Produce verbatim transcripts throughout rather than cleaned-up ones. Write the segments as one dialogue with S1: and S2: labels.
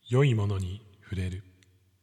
S1: 良いものに触れる。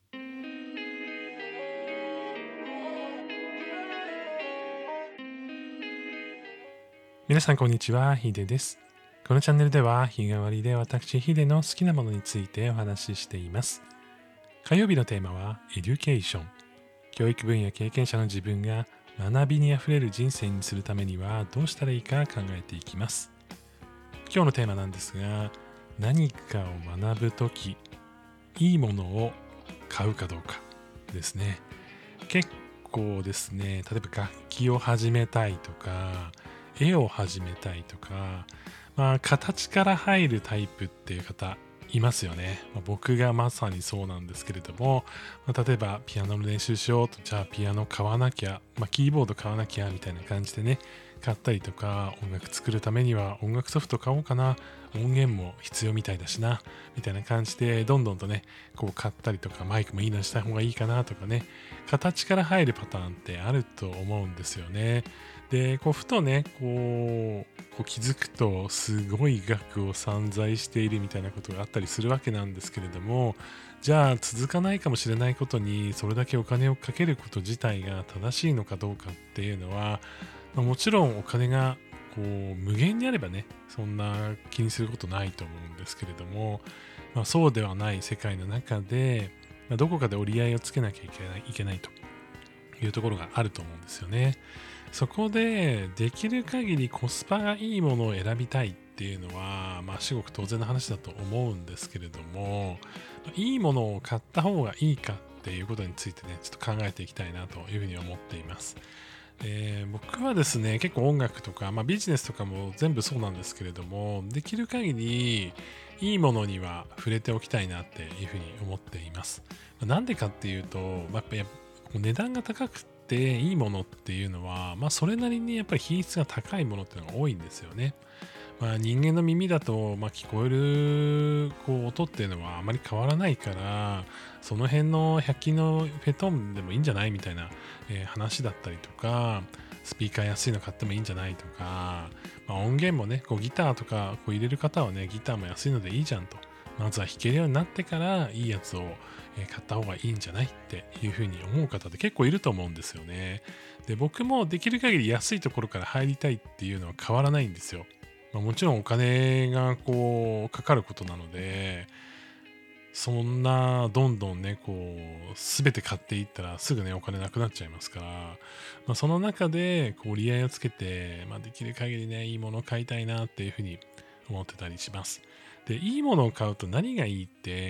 S1: 皆さんこんにちは、ヒデです。このチャンネルでは日替わりで私ヒデの好きなものについてお話ししています。火曜日のテーマはエデュケーション。教育分野経験者の自分が学びにあふれる人生にするためにはどうしたらいいか考えていきます。今日のテーマなんですが、何かを学ぶとき、いいものを買うかどうかですね。結構ですね、例えば楽器を始めたいとか、絵を始めたいとか、まあ形から入るタイプっていう方いますよね。まあ、僕がまさにそうなんですけれども、まあ、例えばピアノの練習しようと、じゃあピアノ買わなきゃ、まあ、キーボード買わなきゃみたいな感じでね、買ったりとか、音楽作るためには音楽ソフト買おうかな、音源も必要みたいだしな、みたいな感じでどんどんとね、こう買ったりとか、マイクもいいのにした方がいいかなとかね、形から入るパターンってあると思うんですよね。で、こうふとね、こう、こう気づくとすごい額を散財しているみたいなことがあったりするわけなんですけれども、じゃあ続かないかもしれないことにそれだけお金をかけること自体が正しいのかどうかっていうのは、まあ、もちろんお金がこう無限にあればね、そんな気にすることないと思うんですけれども、まあ、そうではない世界の中で、まあ、どこかで折り合いをつけなきゃいけない、いけないというところがあると思うんですよね。そこでできる限りコスパがいいものを選びたいっていうのは、まあ至極当然の話だと思うんですけれども、いいものを買った方がいいかっていうことについてね、ちょっと考えていきたいなというふうに思っています。えー、僕はですね、結構音楽とか、まあ、ビジネスとかも全部そうなんですけれども、できる限りいいものには触れておきたいなっていうふうに思っています。まあ、なんでかっていうと、まあ、やっぱ値段が高くていいものっていうのは、まあ、それなりにやっぱり品質が高いものっていうのが多いんですよね。まあ、人間の耳だと、まあ、聞こえるこう音っていうのはあまり変わらないから、その辺のひゃく均のフェトンでもいいんじゃないみたいな、えー話だったりとか、スピーカー安いの買ってもいいんじゃないとか、まあ、音源もね、こうギターとかこう入れる方はね、ギターも安いのでいいじゃんと。まずは弾けるようになってからいいやつをえー買った方がいいんじゃないっていうふうに思う方って結構いると思うんですよね。で、僕もできる限り安いところから入りたいっていうのは変わらないんですよ。まあ、もちろんお金がこうかかることなので、そんなどんどんね、こう全て買っていったらすぐねお金なくなっちゃいますから、まあ、その中でこう折り合いをつけて、まあ、できる限りねいいものを買いたいなっていうふうに思ってたりします。で、いいものを買うと何がいいって、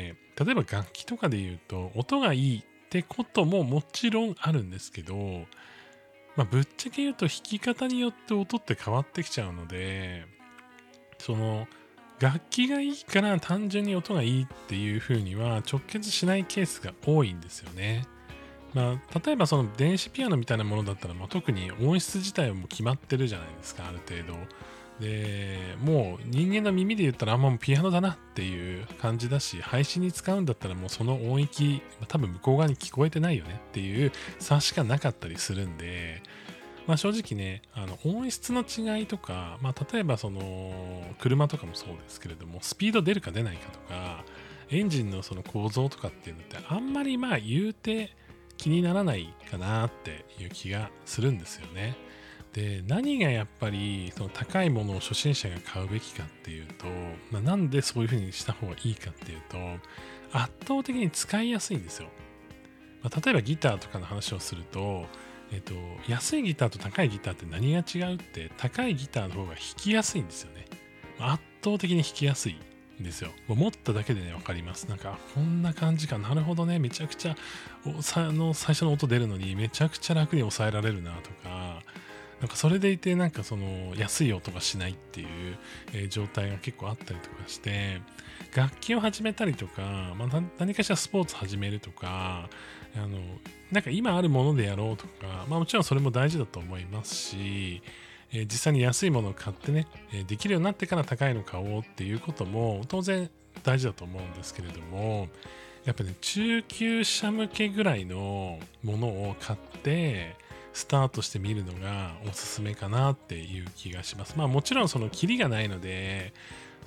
S1: 例えば楽器とかで言うと音がいいってことももちろんあるんですけど、まあ、ぶっちゃけ言うと弾き方によって音って変わってきちゃうので、その楽器がいいから単純に音がいいっていう風には直結しないケースが多いんですよね。まあ、例えばその電子ピアノみたいなものだったら、まあ、特に音質自体はもう決まってるじゃないですか、ある程度。で、もう人間の耳で言ったらあんまもうピアノだなっていう感じだし、配信に使うんだったらもうその音域、多分向こう側に聞こえてないよねっていう差しかなかったりするんで、まあ、正直ね、あの音質の違いとか、まあ、例えばその車とかもそうですけれども、スピード出るか出ないかとか、エンジンのその構造とかっていうのってあんまりまあ言うて気にならないかなっていう気がするんですよね。で、何がやっぱりその高いものを初心者が買うべきかっていうと、まあ、なんでそういう風にした方がいいかっていうと、圧倒的に使いやすいんですよ。まあ、例えばギターとかの話をすると、えっと、安いギターと高いギターって何が違うって、高いギターの方が弾きやすいんですよね。圧倒的に弾きやすいんですよ。もう持っただけでね、わかります。なんか、こんな感じか。なるほどね。めちゃくちゃ、おさの最初の音出るのにめちゃくちゃ楽に抑えられるなとか、なんかそれでいてなんかその安い音がしないっていう、えー状態が結構あったりとかして、楽器を始めたりとか、まあ、何かしらスポーツ始めるとか、あのなんか今あるものでやろうとか、まあ、もちろんそれも大事だと思いますし、えー実際に安いものを買ってね、えーできるようになってから高いのを買おうっていうことも当然大事だと思うんですけれども、やっぱね中級者向けぐらいのものを買ってスタートしてみるのがおすすめかなっていう気がします。まあもちろんそのキリがないので、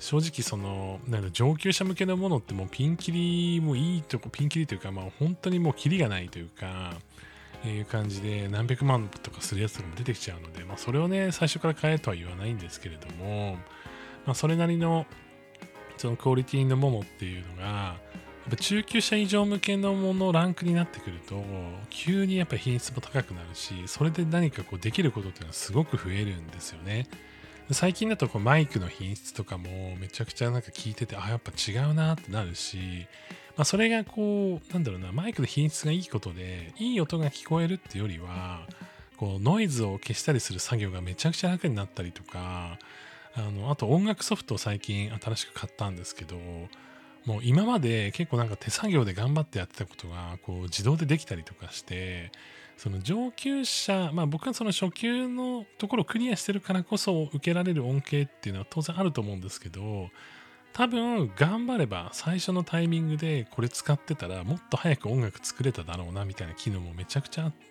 S1: 正直そのなんか上級者向けのものってもうピンキリもいいとこピンキリというかまあ本当にもうキリがないというかいう感じで何百万とかするやつとかも出てきちゃうので、まあ、それをね最初から買えとは言わないんですけれども、まあ、それなりのそのクオリティのものっていうのがやっぱ中級者以上向けのものランクになってくると急にやっぱ品質も高くなるし、それで何かこうできることっていうのはすごく増えるんですよね。最近だとこうマイクの品質とかもめちゃくちゃなんか聞いてて、あやっぱ違うなってなるし、まあ、それがこうなんだろうな、マイクの品質がいいことでいい音が聞こえるってよりはこうノイズを消したりする作業がめちゃくちゃ楽になったりとか、あのあと音楽ソフトを最近新しく買ったんですけど、もう今まで結構なんか手作業で頑張ってやってたことがこう自動でできたりとかして、その上級者、まあ僕はその初級のところをクリアしてるからこそ受けられる恩恵っていうのは当然あると思うんですけど、多分頑張れば最初のタイミングでこれ使ってたらもっと早く音楽作れただろうなみたいな機能もめちゃくちゃあって、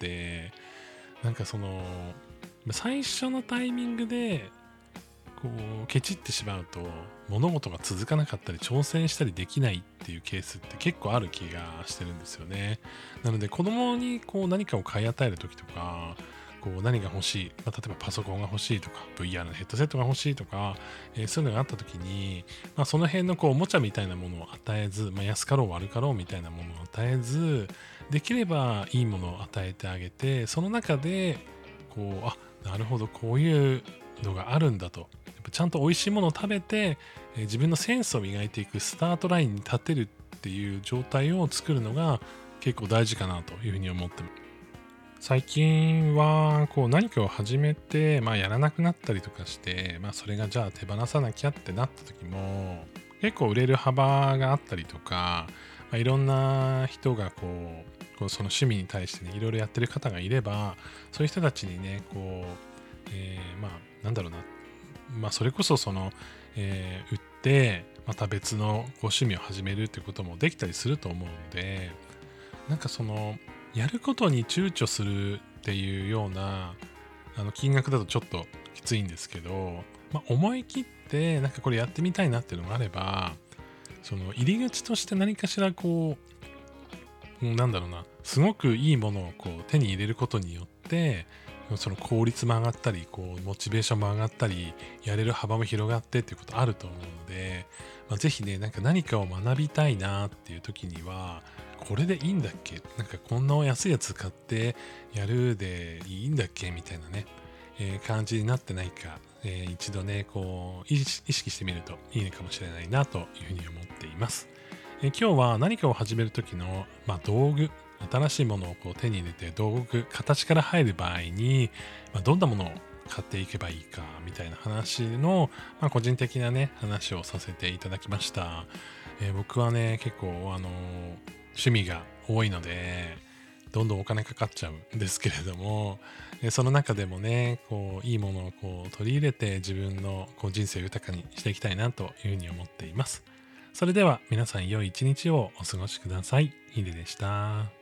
S1: なんかその最初のタイミングでこうケチってしまうと物事が続かなかったり挑戦したりできないっていうケースって結構ある気がしてるんですよね。なので子供にこう何かを買い与える時とか、こう何が欲しい、まあ、例えばパソコンが欲しいとか ブイアール のヘッドセットが欲しいとか、えー、そういうのがあった時に、まあ、その辺のこうおもちゃみたいなものを与えず、まあ、安かろう悪かろうみたいなものを与えず、できればいいものを与えてあげて、その中でこうあなるほどこういうのがあるんだと、やっぱちゃんと美味しいものを食べて、えー、自分のセンスを磨いていくスタートラインに立てるっていう状態を作るのが結構大事かなというふうに思ってます。最近はこう何かを始めて、まあ、やらなくなったりとかして、まあ、それがじゃあ手放さなきゃってなった時も結構売れる幅があったりとか、まあ、いろんな人がこう、こうその趣味に対してねいろいろやってる方がいれば、そういう人たちにねこう、えー、まあなんだろうな、まあ、それこそその、えー、売ってまた別のこう趣味を始めるっていうこともできたりすると思うので、なんかそのやることに躊躇するっていうようなあの金額だとちょっときついんですけど、まあ、思い切ってなんかこれやってみたいなっていうのがあれば、その入り口として何かしらこうなんだろうな、すごくいいものをこう手に入れることによってその効率も上がったり、こうモチベーションも上がったり、やれる幅も広がってっていうことあると思うので、まあ、ぜひねなんか何かを学びたいなっていう時にはこれでいいんだっけ、なんかこんな安いやつ買ってやるでいいんだっけみたいなね、えー、感じになってないか、えー、一度ねこう意識してみるといいのかもしれないなというふうに思っています。えー、今日は何かを始める時の、まあ、道具、新しいものをこう手に入れて道具、形から入る場合に、まあ、どんなものを買っていけばいいかみたいな話の、まあ、個人的なね話をさせていただきました。えー、僕はね結構あのー趣味が多いのでどんどんお金かかっちゃうんですけれども、その中でもねこういいものをこう取り入れて自分のこう人生を豊かにしていきたいなというふうに思っています。それでは皆さん良い一日をお過ごしください。ヒデでした。